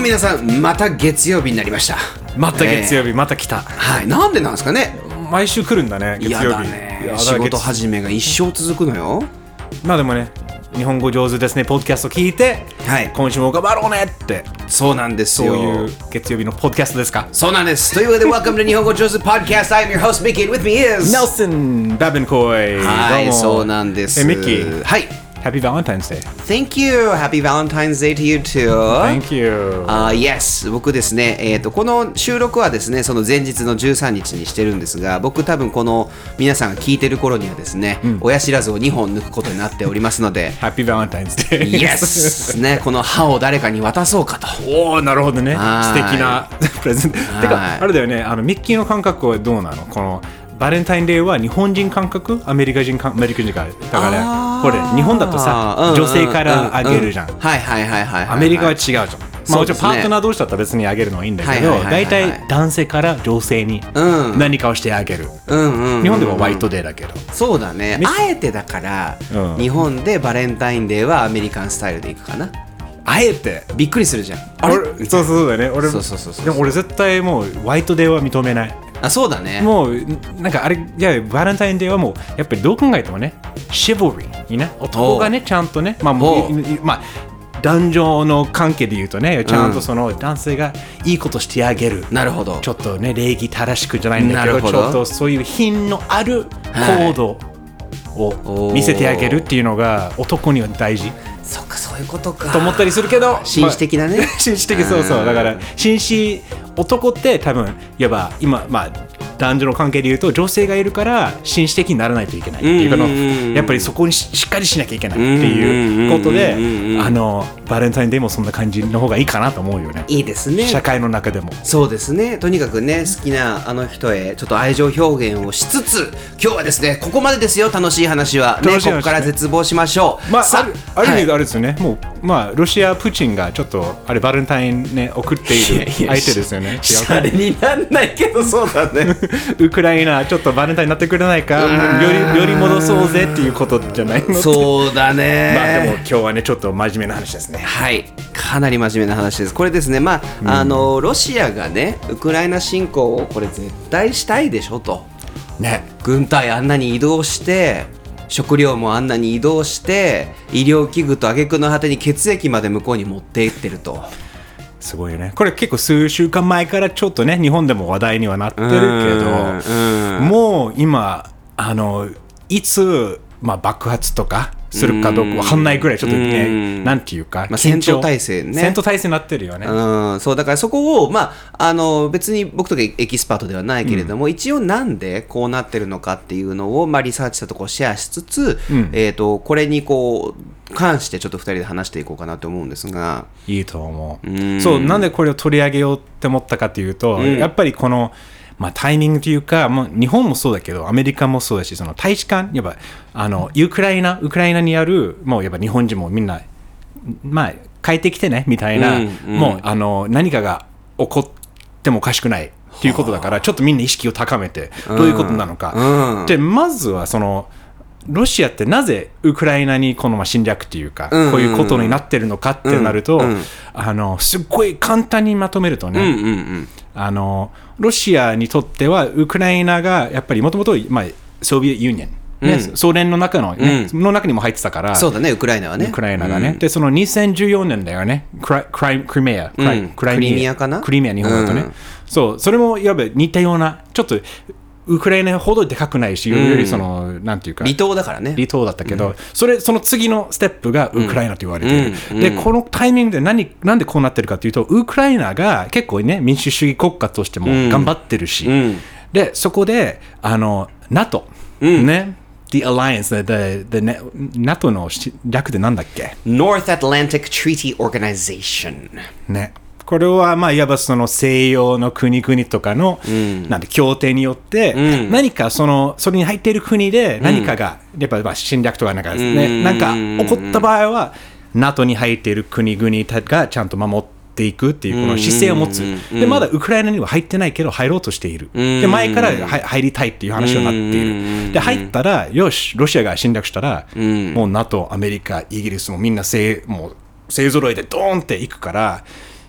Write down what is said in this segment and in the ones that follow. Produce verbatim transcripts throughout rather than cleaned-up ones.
皆さん、また月曜日になりました。 また月曜日、 えー、 また来た。 はい、なんでなんですかね。 毎週来るんだね、月曜日。 いやだね、仕事始めが一生続くのよ。 まあでもね、日本語上手ですね、ポッドキャスト聞いて、はい、今週も頑張ろうねって。 そうなんですよ。 そういう月曜日のポッドキャストですか。 そうなんです。というわけで、Welcome to 日本語上手 Podcast. I'm your host, Mickey, and with me is Nelson Babincoy。 はい、そうなんです。 え、ミッキー。 はい。 Happy Valentine's Day. Thank you. Happy Valentine's Day to you too. Thank you. Uh, yes. 僕ですね、えーと、この収録はですね、その前日のじゅうさんにちにしてるんですが、僕多分この皆さんが聞いてる頃にはですね、うん、親知らずをにほん抜くことになっておりますので、 Happy Valentine's Day. Yes. ね、この歯を誰かに渡そうかと。 おー、なるほどね。素敵なプレゼント。てか、あれだよね、あのミッキーの感覚はどうなの？このバレンタインデーは日本人感覚？アメリカ人感？アメリカ人か。だから、これ日本だとさ、うんうん、女性からあげるじゃん。 はいはいはいはい。 アメリカは違うじゃん。まあもちろんパートナー同士だったら別にあげるのはいいんだけど、大体男性から女性に何かをしてあげる。日本ではホワイトデーだけど。 そうだね。あえてだから、うん、日本でバレンタインデーはアメリカンスタイルでいくかな。 あえてびっくりするじゃん。 あれそうそうだね。俺そうそうそうそう。 でも俺絶対もうホワイトデーは認めない。 あ、そうだね。 もうなんかあれ、いやバレンタインデーはもうやっぱりどう考えてもね、シボリーにね、男がねちゃんとね、まあもうまあ男女の関係で言うとね、ちゃんとその男性がいいことしてあげる。 なるほど。 ちょっとね礼儀正しくじゃないんだけど、ちょっとそういう品のある行動を見せてあげるっていうのが男には大事。 そっか、そういうことか。 と思ったりするけど、 紳士的だね。まあ、 紳士的、そうそう。だから紳士男って多分いわば今まあ男女の関係で言うと女性がいるから紳士的にならないといけないっていうかの、やっぱりそこに し, しっかりしなきゃいけないっていうことで、あのバレンタインデーもそんな感じの方がいいかなと思うよね。 いいですね。 社会の中でも。 そうですね。とにかくね、好きなあの人へちょっと愛情表現をしつつ、今日はですね、ここまでですよ。楽しい話はね、ここから絶望しましょう。 まあ、さある意味あれですよね。はい、もうまあロシアプーチンがちょっとあれバレンタインね送っている相手ですよね。 シャレになんないけど、そうだね。 ウクライナちょっとバレンタインになってくれないか、よりより戻そうぜっていうことじゃないの。 そうだね。 まあでも今日はねちょっと真面目な話ですね。 はい、かなり真面目な話です。これですね、まあ、うん、あのロシアがねウクライナ侵攻をこれ絶対したいでしょと。 ね。 軍隊あんなに移動して。食料もあんなに移動して医療器具と挙句の果てに血液まで向こうに持っていってると。 すごいよね。これ結構数週間前からちょっとね日本でも話題にはなってるけど、もう今あのいつ、まあ、爆発とかするかどうか分かんないぐらいちょっとね、なんていうか、 まあ、戦闘態勢ね。 戦闘態勢になってるよね。 うん、そうだからそこを、まあ、あの別に僕とかエキスパートではないけれども、うん、一応なんでこうなってるのかっていうのを、まあ、リサーチしたところをシェアしつつ、うん、えーと、これにこう関してちょっとふたりで話していこうかなと思うんですが。 いいと思う。うん、そうなんでこれを取り上げようって思ったかというと、うん、やっぱりこのまあ、タイミングというか、もう日本もそうだけどアメリカもそうだし、その大使館やっぱあのウクライナウクライナにあるもうやっぱ日本人もみんなまあ帰ってきてねみたいな、うんうん、もうあの何かが起こってもおかしくないっていうことだから、ちょっとみんな意識を高めてどういうことなのか、うんうん、でまずはそのロシアってなぜウクライナにこのまあ侵略というか、うんうん、こういうことになってるのかってなると、うんうん、あのすっごい簡単にまとめるとね、うんうんうん、あのロシアにとってはウクライナがやっぱりもともとソビエトユニオン、ね、うん、ソ連の中の、ね、うん、の中にも入ってたから。 そうだね、ウクライナはね。 ウクライナがね、うん、でそのにせんじゅうよねんだよね、クラクライクリミア、 うん、クリミアかな、 クリミア日本だとね、うん、そうそれもいわば似たようなちょっとウクライナほどでかくないし、よりその、うん、なんていうか離島だからね。 離島だったけど、うん、それその次のステップがウクライナと言われている、うんうん、でこのタイミングで何なんでこうなってるかというと、ウクライナが結構ね民主主義国家としても頑張ってるし、うん、でそこであの NATO、うん、ねThe Alliance、the, the, the NATO の略でなんだっけ？ North Atlantic Treaty Organization ね。これはまあいわばその西洋の国々とかの、うん、なんて協定によって、うん、何かそのそれに入っている国で何かが、うん、やっぱまあ侵略とかなんかですね、うん、なんか起こった場合は NATO に入っている国々がちゃんと守っていくっていうこの姿勢を持つ。でまだウクライナには入ってないけど入ろうとしている。で前から入りたいっていう話になっている。で入ったらよしロシアが侵略したら、もう NATO、アメリカ、イギリスもみんな勢もう勢ぞろいでドーンっていくから。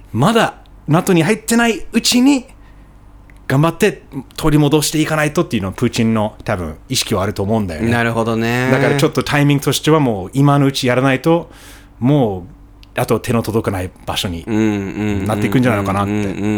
まだ NATO に入ってないうちに頑張って取り戻していかないとっていうのはプーチンの多分意識はあると思うんだよね。 なるほどね。 だからちょっとタイミングとしてはもう今のうちやらないともうあと手の届かない場所になっていくんじゃないのかなって。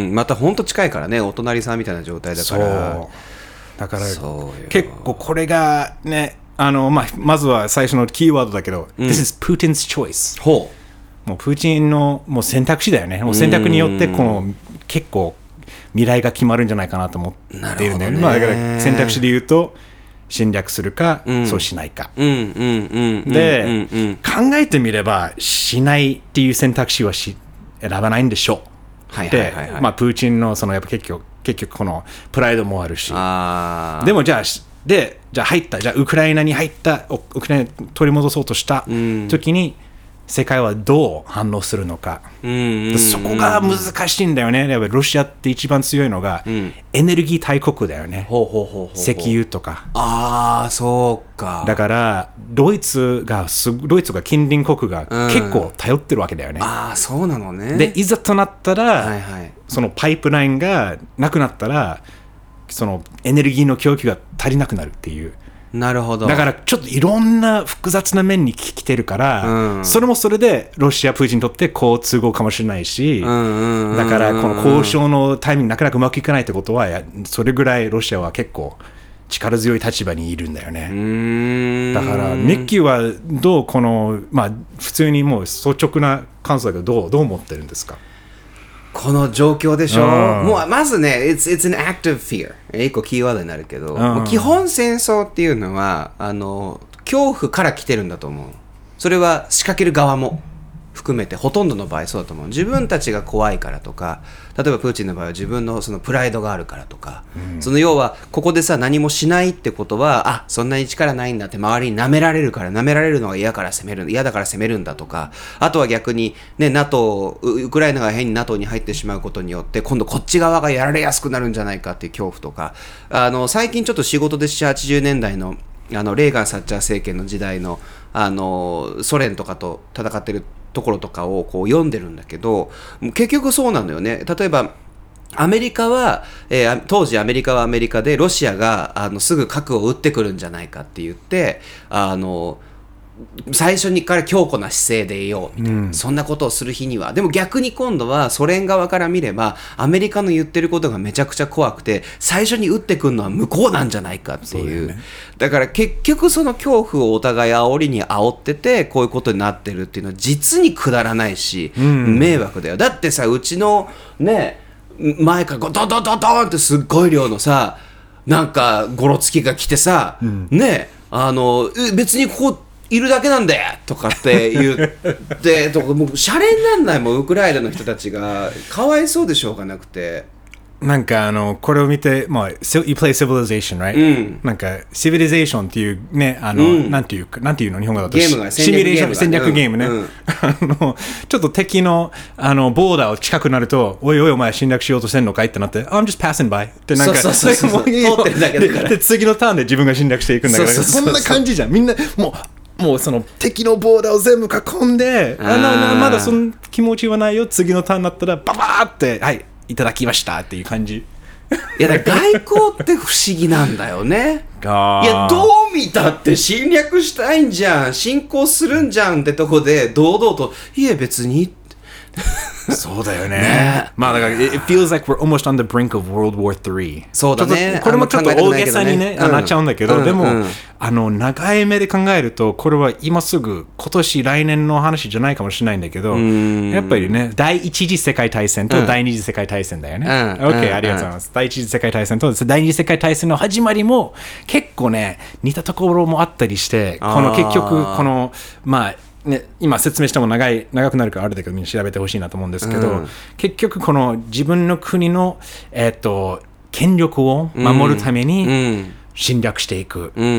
また本当近いからね、お隣さんみたいな状態だから。 そうだから結構これがね、あの、まあ、まずは最初のキーワードだけど、うん、This is Putin's choice。 ほうもうプーチンのもう選択肢だよね。もう選択によってこの結構未来が決まるんじゃないかなと思っているんだよね。まあ、だから選択肢で言うと侵略するか、うん、そうしないか。で、考えてみればしないっていう選択肢はし選ばないんでしょう。で、まあプーチンのそのやっぱ結局結局このプライドもあるし。あでもじゃあでじゃあ入ったじゃあウクライナに入ったウクライナ取り戻そうとした時に。うん世界はどう反応するのか、うんうんうん、そこが難しいんだよね。やっぱりロシアって一番強いのが、うん、エネルギー大国だよね。ほうほうほうほうほう石油とか。 ああそうか。 だからドイツがドイツが近隣国が結構頼ってるわけだよね。 うん、ああそうなのね。 でいざとなったら、はいはい、そのパイプラインがなくなったらそのエネルギーの供給が足りなくなるっていう。 なるほど。 だからちょっといろんな複雑な面に来てるから、うん、それもそれでロシアプーチンにとって好都合かもしれないし、だからこの交渉のタイミングなかなかうまくいかないってことはそれぐらいロシアは結構力強い立場にいるんだよね。うーんだからミッキーはどうこのまあ普通にもう率直な感想だけどどうどう思ってるんですか？ この状況でしょ、うん、もうまずね it's, it's an act of fear 一個キーワードになるけど、うん、もう基本戦争っていうのはあの恐怖から来てるんだと思う。それは仕掛ける側も含めてほとんどの場合そうだと思う。自分たちが怖いからとか、例えばプーチンの場合は自分のそのプライドがあるからとか、うん、その要はここでさ何もしないってことはあそんなに力ないんだって周りに舐められるから舐められるのが嫌から攻める嫌だから攻めるんだとか、あとは逆にね NATO ウクライナが変に NATO に入ってしまうことによって今度こっち側がやられやすくなるんじゃないかっていう恐怖とか、あの最近ちょっと仕事でななじゅうはちじゅうねんだいのあのレーガン・サッチャー政権の時代のあのソ連とかと戦ってるところとかをこう読んでるんだけど、結局そうなのよね。例えばアメリカは、えー、当時アメリカはアメリカでロシアがあのすぐ核を撃ってくるんじゃないかって言ってあの最初にから強固な姿勢でいようみたいな、うん、そんなことをする日には。でも逆に今度はソ連側から見ればアメリカの言ってることがめちゃくちゃ怖くて最初に撃ってくるのは向こうなんじゃないかっていう、 だ, ね、だから結局その恐怖をお互い煽りに煽っててこういうことになってるっていうのは実にくだらないし、うん、迷惑だよ。だってさうちのね前からドドドドンってすっごい量のさなんかゴロつきが来てさ、うん、ねあの別にここいるだけなんだよとかって言ってとかもうシャレになんないもんウクライナの人たちがかわいそうでしょうがなくて。 なんかあのこれを見て、まあ、You play civilization, right?、うん、なんか civilization っていうねあの、うん、なんていうかなんていうの日本語だとゲームがシミュレーション戦略ゲームね、うんうん、あのちょっと敵のあのボーダーを近くなるとおいおいお前侵略しようとしてんのかいってなって I'm just passing by ってなんかそうそうそうそう通ってるだけだからで次のターンで自分が侵略していくんだから、そんな感じじゃんみんなもうもうその敵のボーダーを全部囲んであなまだその気持ちはないよ次のターンになったらババーってはいいただきましたっていう感じ。いやだから外交って不思議なんだよね。いやどう見たって侵略したいんじゃん侵攻するんじゃんってとこで堂々といえ別にそうだよね。ねまあだから it feels like we're almost on the brink of World War スリー。 そうだね。 これもちょっと大げさにね、なっちゃうんだけど、うん、でも、うん、あの長い目で考えるとこれは今すぐ今年来年の話じゃないかもしれないんだけど、やっぱりね第一次世界大戦と第二次世界大戦だよね。うん、OK、うん、ありがとうございます。第一次世界大戦と第二次世界大戦の始まりも結構ね似たところもあったりして、この結局このまあね、今説明しても長い長くなるからあれだけどみんな調べてほしいなと思うんですけど、うん、結局この自分の国の、えー、と権力を守るために侵略していく、うん、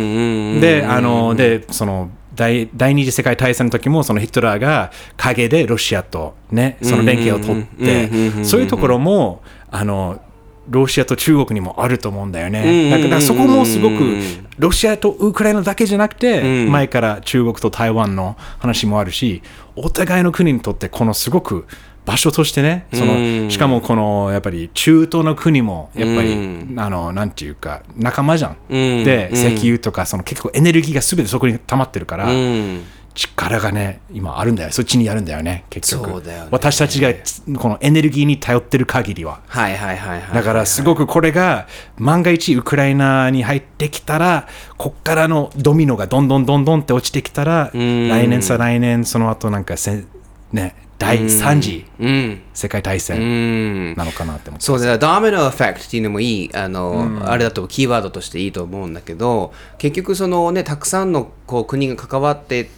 であのでその 第, 第二次世界大戦の時もそのヒトラーが陰でロシアと、ね、その連携を取って、そういうところもあのロシアと中国にもあると思うんだよね。だからそこもすごくロシアとウクライナだけじゃなくて、前から中国と台湾の話もあるし、お互いの国にとってこのすごく場所としてね、そのしかもこのやっぱり中東の国もやっぱりあのなんていうか仲間じゃん。で石油とかその結構エネルギーがすべてそこに溜まってるから。力がね今あるんだよ、そっちにやるんだよね結局。そうだよね、私たちがこのエネルギーに頼ってる限りは。 はいはいはいはい。 だからすごくこれが万が一ウクライナに入ってきたら、こっからのドミノがどんどんどんどんって落ちてきたら、来年さ来年その後なんかせね第三次世界大戦なのかなって思って。 そうだ、ドミノエフェクトっていうのもいいあの、あれだとキーワードとしていいと思うんだけど、結局そのねたくさんのこう国が関わっていって、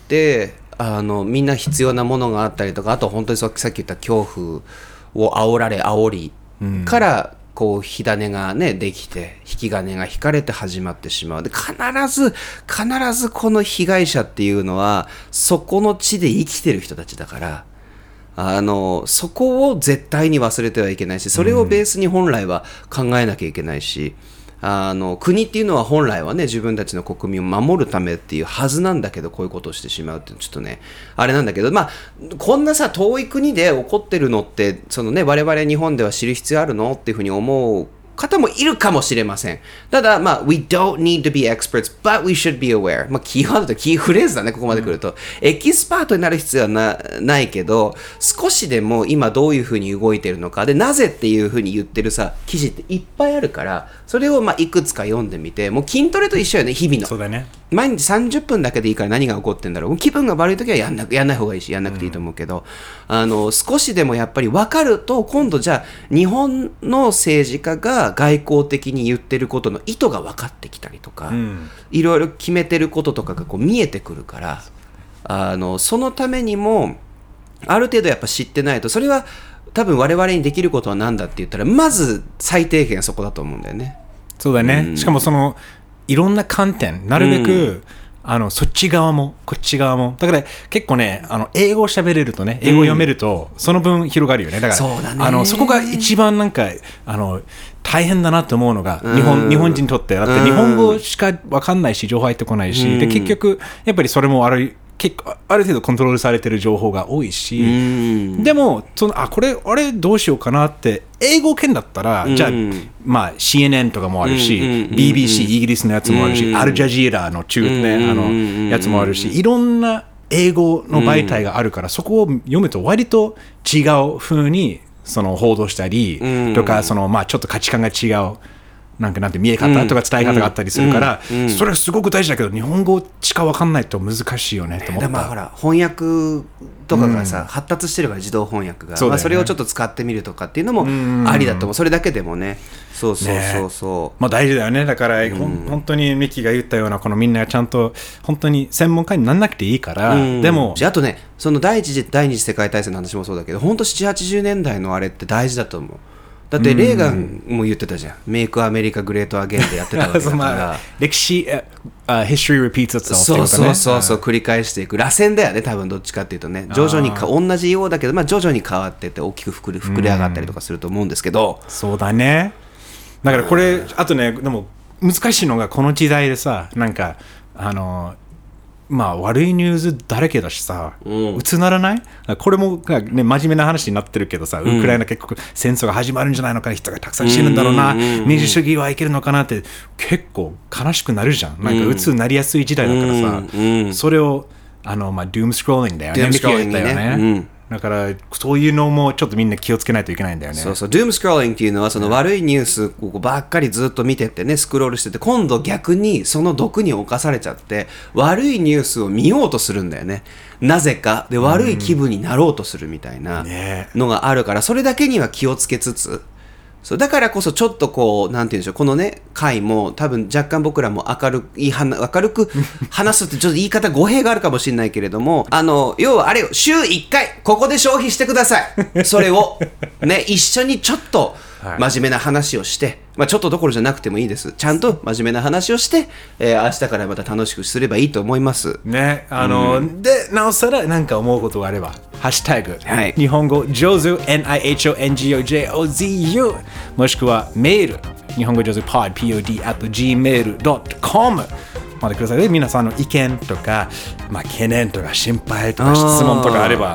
あのみんな必要なものがあったりとか、あと本当にさっき言った恐怖を煽られ煽りから、こう火種がねできて引き金が引かれて始まってしまう。で必ず必ずこの被害者っていうのはそこの地で生きてる人たちだから。あのそこを絶対に忘れてはいけないし、それをベースに本来は考えなきゃいけないし、あの国っていうのは本来はね自分たちの国民を守るためっていうはずなんだけど、こういうことをしてしまうってちょっとねあれなんだけど、まあこんなさ遠い国で起こってるのってそのね我々日本では知る必要あるのっていうふうに思う方もいるかもしれません。ただ、まあ、we don't need to be experts, but we should be aware. まあ、キーワードとキーフレーズだね、ここまで来ると。うん、エキスパートになる必要は な, ないけど、少しでも今どういうふうに動いてるのか、で、なぜっていうふうに言ってるさ、記事っていっぱいあるから、それをまあいくつか読んでみて、もう筋トレと一緒よね、日々の。 そうだね。 毎日さんじゅっぷんだけでいいから何が起こってんだろう。もう気分が悪いときはやんなやんない方がいいし、やんなくていいと思うけど、うん、あの少しでもやっぱり分かると、今度じゃあ日本の政治家が外交的に言ってることの意図が分かってきたりとか、うん、いろいろ決めてることとかがこう見えてくるから、あのそのためにもある程度やっぱ知ってないと、それは多分我々にできることは何だって言ったら、まず最低限そこだと思うんだよね。 そうだね、うん、しかもそのいろんな観点、なるべく、うん、あのそっち側もこっち側も、だから結構ね、あの英語喋れるとね、英語読めると、その分広がるよね。だからそうだね、 あのそこが一番なんかあの大変だなと思うのが、日本、日本人にとって、だって日本語しか分かんないし情報入ってこないし、で結局やっぱりそれもある結構ある程度コントロールされてる情報が多いし、でもそのあこれあれどうしようかなって英語圏だったら、じゃあまあ シーエヌエヌ とかもあるし、ビービーシー イギリスのやつもあるし、アルジャジーラの中ねあのやつもあるし、いろんな英語の媒体があるから、そこを読むと割と違う風にその報道したりとか、そのまあちょっと価値観が違うなんかなんて見え方とか伝え方があったりするから、うんうんうん、それはすごく大事だけど、日本語しか分かんないと難しいよねと思った。 でもほら翻訳とかがさ、うん、発達してるから自動翻訳が そ,、ねまあ、それをちょっと使ってみるとかっていうのもありだと思う。それだけでもね、そうそうそうそう、ね、 まあ、大事だよね。だから、うん、本当にミキが言ったようなこのみんながちゃんと本当に専門家にならなくていいから、うん、でもあとね、その第一次第二次世界大戦の話もそうだけど、本当ななじゅうはちじゅうねんだいのあれって大事だと思う。だってレーガンも言ってたじゃん、メイクアメリカグレートアゲンでやってたわけだからまあ、 歴史、uh, history repeats itself そうそうそうそう、繰り返していく螺旋だよね、多分どっちかっていうとね、徐々にか同じようだけど、まあ、徐々に変わってって大きく膨れ、膨れ上がったりとかすると思うんですけど、 うそうだね。だからこれあとね、でも難しいのがこの時代でさ、なんかあのまあ悪いニュースだらけだしさ、うん、うつならない？これも、ね、真面目な話になってるけどさ、うん、ウクライナ結局戦争が始まるんじゃないのかな、人がたくさん死ぬんだろうな、うんうんうん、民主主義はいけるのかなって結構悲しくなるじゃん。なんかうつになりやすい時代だからさ、うんうん、それをあの、まあ、ドゥームスクローリングだよね。ドゥームスクローリングだよね。うんだからそういうのもちょっとみんな気をつけないといけないんだよね。 そうそう、ドゥームスクローリングっていうのはその悪いニュースばっかりずっと見ててね、スクロールしてて、今度逆にその毒に侵されちゃって悪いニュースを見ようとするんだよね。なぜかで悪い気分になろうとするみたいなのがあるから、それだけには気をつけつつ、そうだからこそちょっとこうなんていうんでしょう、このね回も多分若干僕らも明るい明るく話すってちょっと言い方語弊があるかもしれないけれども、あの要はあれよ、週いっかいここで消費してください。それをね一緒にちょっと真面目な話をして、まあ、ちょっとどころじゃなくてもいいです。ちゃんと真面目な話をして、えー、明日からまた楽しくすればいいと思いますね。あの、うん、でなおさら何か思うことがあればハッシュタグ、はい、日本語上手 エヌアイエイチオエヌジーオージェーオーゼーユー もしくはメール日本語上手 pod アット ジーメールドットコム までください。皆さんの意見とか、まあ、懸念とか心配とか質問とかあれば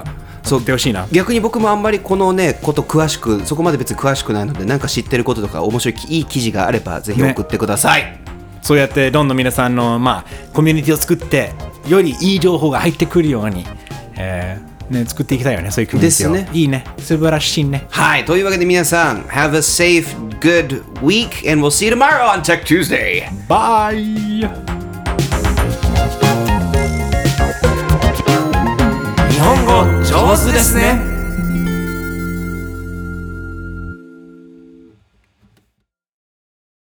送ってほしいな。 逆に僕もあんまりこのねこと詳しくそこまで別に詳しくないので、なんか知ってることとか面白いいい記事があればぜひ送ってください、ね、 そうやってどんどん皆さんの、まあ、コミュニティを作ってよりいい情報が入ってくるように、えーね、作っていきたいよね、そういうコミュニティをですね。いいね、素晴らしいね。 はい、というわけで皆さん Have a safe, good week and we'll see you tomorrow on Tech Tuesday. Bye! 日本語上手ですね。